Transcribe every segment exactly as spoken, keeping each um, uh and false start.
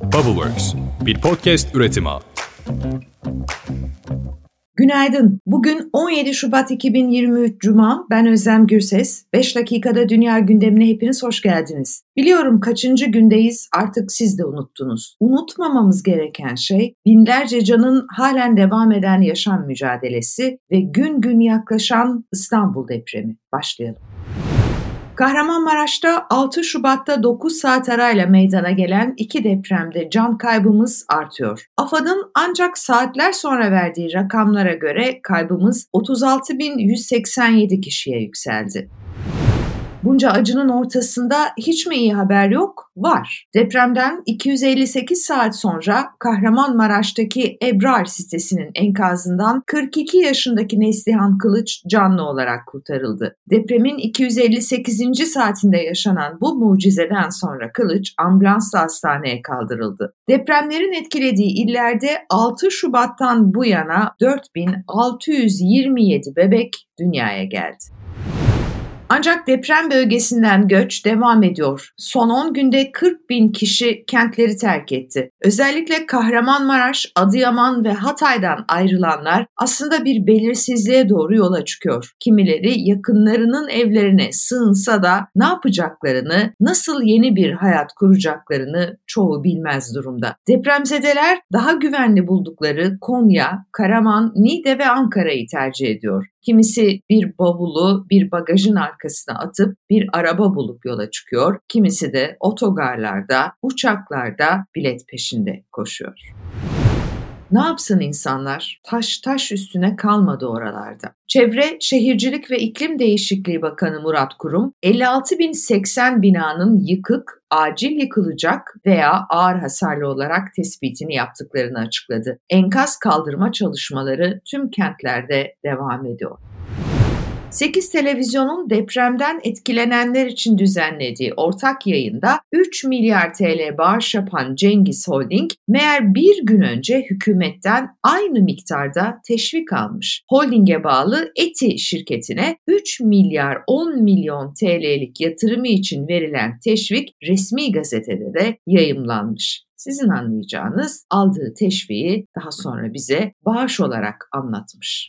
Bubbleworks, bir podcast üretimi. Günaydın. Bugün on yedi Şubat iki bin yirmi üç Cuma. Ben Özlem Gürses. beş dakikada dünya gündemine hepiniz hoş geldiniz. Biliyorum kaçıncı gündeyiz, artık siz de unuttunuz. Unutmamamız gereken şey binlerce canın halen devam eden yaşam mücadelesi ve gün gün yaklaşan İstanbul depremi. Başlayalım. Kahramanmaraş'ta altı Şubat'ta dokuz saat arayla meydana gelen iki depremde can kaybımız artıyor. AFAD'ın ancak saatler sonra verdiği rakamlara göre kaybımız otuz altı bin yüz seksen yedi kişiye yükseldi. Bunca acının ortasında hiç mi iyi haber yok? Var. Depremden iki yüz elli sekiz saat sonra Kahramanmaraş'taki Ebrar sitesinin enkazından kırk iki yaşındaki Neslihan Kılıç canlı olarak kurtarıldı. Depremin iki yüz elli sekizinci saatinde yaşanan bu mucizeden sonra Kılıç ambulansla hastaneye kaldırıldı. Depremlerin etkilediği illerde altı Şubat'tan bu yana dört bin altı yüz yirmi yedi bebek dünyaya geldi. Ancak deprem bölgesinden göç devam ediyor. Son on günde kırk bin kişi kentleri terk etti. Özellikle Kahramanmaraş, Adıyaman ve Hatay'dan ayrılanlar aslında bir belirsizliğe doğru yola çıkıyor. Kimileri yakınlarının evlerine sığınsa da ne yapacaklarını, nasıl yeni bir hayat kuracaklarını çoğu bilmez durumda. Depremzedeler daha güvenli buldukları Konya, Karaman, Niğde ve Ankara'yı tercih ediyor. Kimisi bir bavulu bir bagajın arkasına atıp bir araba bulup yola çıkıyor. Kimisi de otogarlarda, uçaklarda bilet peşinde koşuyor. Ne yapsın insanlar? Taş taş üstüne kalmadı oralarda. Çevre, Şehircilik ve İklim Değişikliği Bakanı Murat Kurum, elli altı bin seksen binanın yıkık, acil yıkılacak veya ağır hasarlı olarak tespitini yaptıklarını açıkladı. Enkaz kaldırma çalışmaları tüm kentlerde devam ediyor. sekiz televizyonun depremden etkilenenler için düzenlediği ortak yayında üç milyar T L bağış yapan Cengiz Holding, meğer bir gün önce hükümetten aynı miktarda teşvik almış. Holding'e bağlı Eti şirketine üç milyar on milyon T L'lik yatırımı için verilen teşvik resmi gazetede de yayımlanmış. Sizin anlayacağınız aldığı teşviği daha sonra bize bağış olarak anlatmış.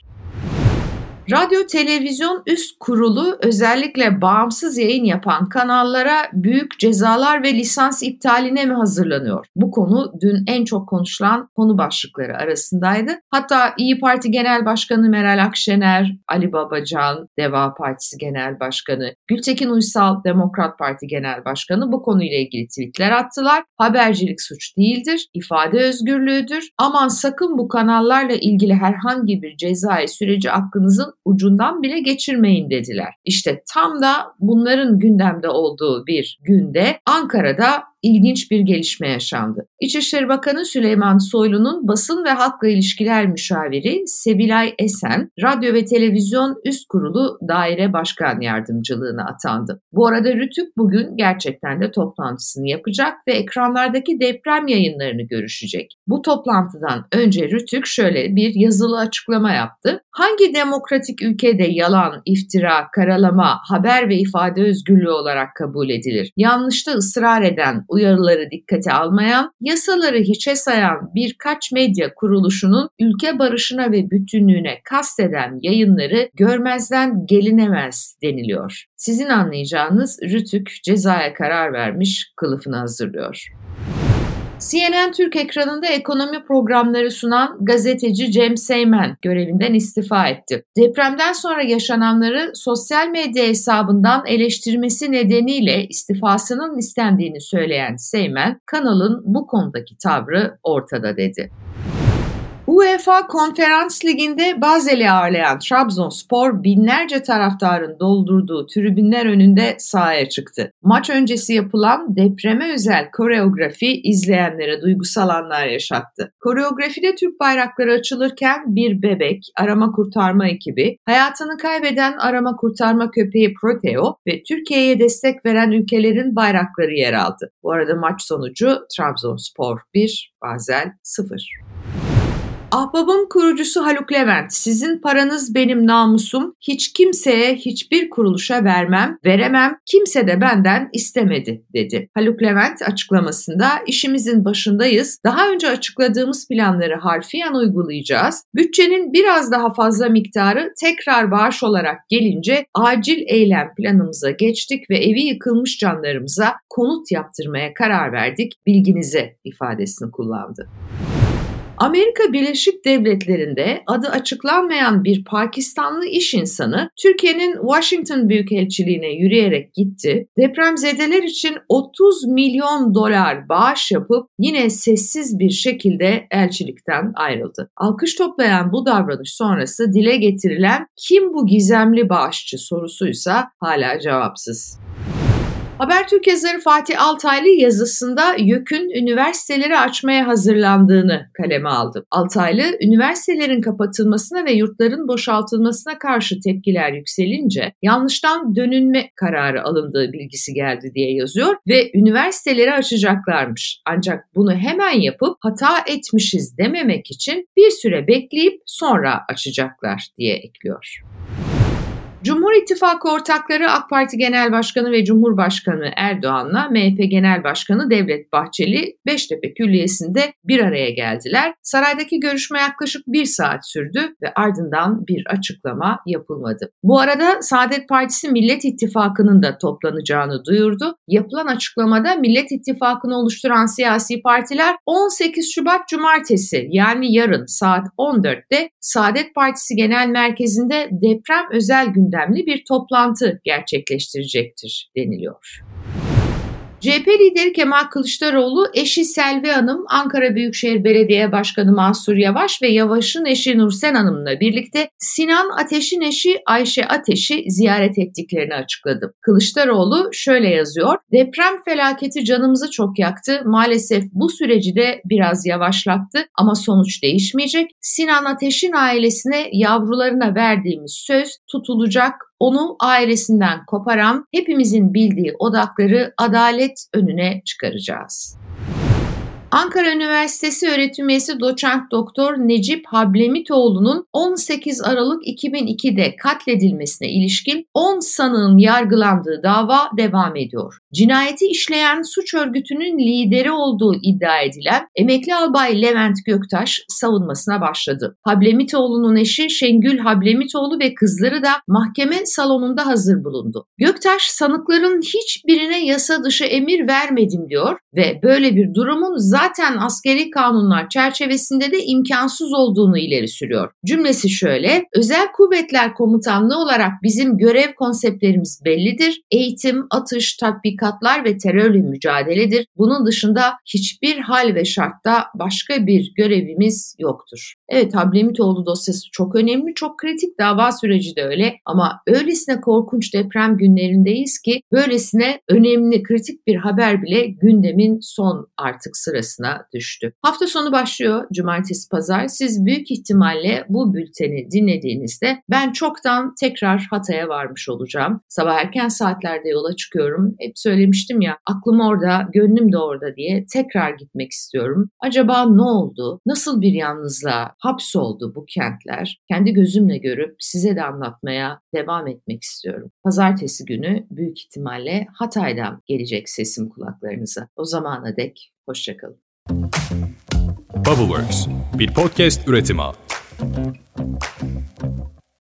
Radyo Televizyon Üst Kurulu özellikle bağımsız yayın yapan kanallara büyük cezalar ve lisans iptaline mi hazırlanıyor? Bu konu dün en çok konuşulan konu başlıkları arasındaydı. Hatta İyi Parti Genel Başkanı Meral Akşener, Ali Babacan, Deva Partisi Genel Başkanı, Gültekin Uysal, Demokrat Parti Genel Başkanı bu konuyla ilgili tweetler attılar. Habercilik suç değildir, ifade özgürlüğüdür. Aman sakın bu kanallarla ilgili herhangi bir cezai süreci aklınızın ucundan bile geçirmeyin dediler. İşte tam da bunların gündemde olduğu bir günde Ankara'da ilginç bir gelişme yaşandı. İçişleri Bakanı Süleyman Soylu'nun basın ve halkla ilişkiler müşaviri Sevilay Esen, Radyo ve Televizyon Üst Kurulu Daire Başkan Yardımcılığına atandı. Bu arada Rütük bugün gerçekten de toplantısını yapacak ve ekranlardaki deprem yayınlarını görüşecek. Bu toplantıdan önce Rütük şöyle bir yazılı açıklama yaptı. Hangi demokratik ülkede yalan, iftira, karalama, haber ve ifade özgürlüğü olarak kabul edilir? Yanlışta ısrar eden, uyarıları dikkate almayan, yasaları hiçe sayan birkaç medya kuruluşunun ülke barışına ve bütünlüğüne kasteden yayınları görmezden gelinemez deniliyor. Sizin anlayacağınız Rütük cezaya karar vermiş, kılıfını hazırlıyor. C N N Türk ekranında ekonomi programları sunan gazeteci Cem Seymen görevinden istifa etti. Depremden sonra yaşananları sosyal medya hesabından eleştirmesi nedeniyle istifasının istendiğini söyleyen Seymen, kanalın bu konudaki tavrı ortada dedi. UEFA Konferans Ligi'nde Basel'i ağırlayan Trabzonspor binlerce taraftarın doldurduğu tribünler önünde sahaya çıktı. Maç öncesi yapılan depreme özel koreografi izleyenlere duygusal anlar yaşattı. Koreografide Türk bayrakları açılırken bir bebek, arama kurtarma ekibi, hayatını kaybeden arama kurtarma köpeği Proteo ve Türkiye'ye destek veren ülkelerin bayrakları yer aldı. Bu arada maç sonucu Trabzonspor bir, Basel sıfır. Ahbab'ın kurucusu Haluk Levent, "Sizin paranız benim namusum, hiç kimseye, hiçbir kuruluşa vermem, veremem, kimse de benden istemedi," dedi. Haluk Levent açıklamasında, "İşimizin başındayız, daha önce açıkladığımız planları harfiyen uygulayacağız. Bütçenin biraz daha fazla miktarı tekrar bağış olarak gelince acil eylem planımıza geçtik ve evi yıkılmış canlarımıza konut yaptırmaya karar verdik, bilginize," ifadesini kullandı. Amerika Birleşik Devletleri'nde adı açıklanmayan bir Pakistanlı iş insanı Türkiye'nin Washington Büyükelçiliğine yürüyerek gitti. Depremzedeler için otuz milyon dolar bağış yapıp yine sessiz bir şekilde elçilikten ayrıldı. Alkış toplayan bu davranış sonrası dile getirilen "kim bu gizemli bağışçı" sorusuysa hala cevapsız. Habertürk yazarı Fatih Altaylı yazısında YÖK'ün üniversiteleri açmaya hazırlandığını kaleme aldı. Altaylı, üniversitelerin kapatılmasına ve yurtların boşaltılmasına karşı tepkiler yükselince yanlıştan dönülme kararı alındığı bilgisi geldi diye yazıyor ve üniversiteleri açacaklarmış. Ancak bunu hemen yapıp hata etmişiz dememek için bir süre bekleyip sonra açacaklar diye ekliyor. Cumhur İttifakı ortakları AK Parti Genel Başkanı ve Cumhurbaşkanı Erdoğan'la M H P Genel Başkanı Devlet Bahçeli Beştepe Külliyesi'nde bir araya geldiler. Saraydaki görüşme yaklaşık bir saat sürdü ve ardından bir açıklama yapılmadı. Bu arada Saadet Partisi Millet İttifakı'nın da toplanacağını duyurdu. Yapılan açıklamada Millet İttifakı'nı oluşturan siyasi partiler on sekiz Şubat Cumartesi yani yarın saat on dörtte Saadet Partisi Genel Merkezi'nde deprem özel gündemli bir toplantı gerçekleştirecektir deniliyor. C H P lideri Kemal Kılıçdaroğlu, eşi Selvi Hanım, Ankara Büyükşehir Belediye Başkanı Mansur Yavaş ve Yavaş'ın eşi Nursen Hanım'la birlikte Sinan Ateş'in eşi Ayşe Ateş'i ziyaret ettiklerini açıkladı. Kılıçdaroğlu şöyle yazıyor: "Deprem felaketi canımızı çok yaktı. Maalesef bu süreci de biraz yavaşlattı ama sonuç değişmeyecek. Sinan Ateş'in ailesine, yavrularına verdiğimiz söz tutulacak. Onu ailesinden koparan, hepimizin bildiği odakları adalet önüne çıkaracağız." Ankara Üniversitesi öğretim üyesi doçent doktor Necip Hablemitoğlu'nun on sekiz Aralık iki bin ikide katledilmesine ilişkin on sanığın yargılandığı dava devam ediyor. Cinayeti işleyen suç örgütünün lideri olduğu iddia edilen emekli albay Levent Göktaş savunmasına başladı. Hablemitoğlu'nun eşi Şengül Hablemitoğlu ve kızları da mahkeme salonunda hazır bulundu. Göktaş, sanıkların hiçbirine yasa dışı emir vermedim diyor ve böyle bir durumun zaten zaten askeri kanunlar çerçevesinde de imkansız olduğunu ileri sürüyor. Cümlesi şöyle: "Özel Kuvvetler Komutanlığı olarak bizim görev konseptlerimiz bellidir. Eğitim, atış, tatbikatlar ve terörle mücadeledir. Bunun dışında hiçbir hal ve şartta başka bir görevimiz yoktur." Evet, Hablemitoğlu dosyası çok önemli, çok kritik, dava süreci de öyle ama öylesine korkunç deprem günlerindeyiz ki böylesine önemli, kritik bir haber bile gündemin son artık sırasına düştü. Hafta sonu başlıyor, cumartesi pazar. Siz büyük ihtimalle bu bülteni dinlediğinizde ben çoktan tekrar Hatay'a varmış olacağım. Sabah erken saatlerde yola çıkıyorum. Hep söylemiştim ya, aklım orada, gönlüm de orada diye tekrar gitmek istiyorum. Acaba ne oldu? Nasıl bir yalnızlığa hapsoldu bu kentler? Kendi gözümle görüp size de anlatmaya devam etmek istiyorum. Pazartesi günü büyük ihtimalle Hatay'dan gelecek sesim kulaklarınıza. O zamana dek hoşça kalın. Bubbleworks, bir podcast üretimi.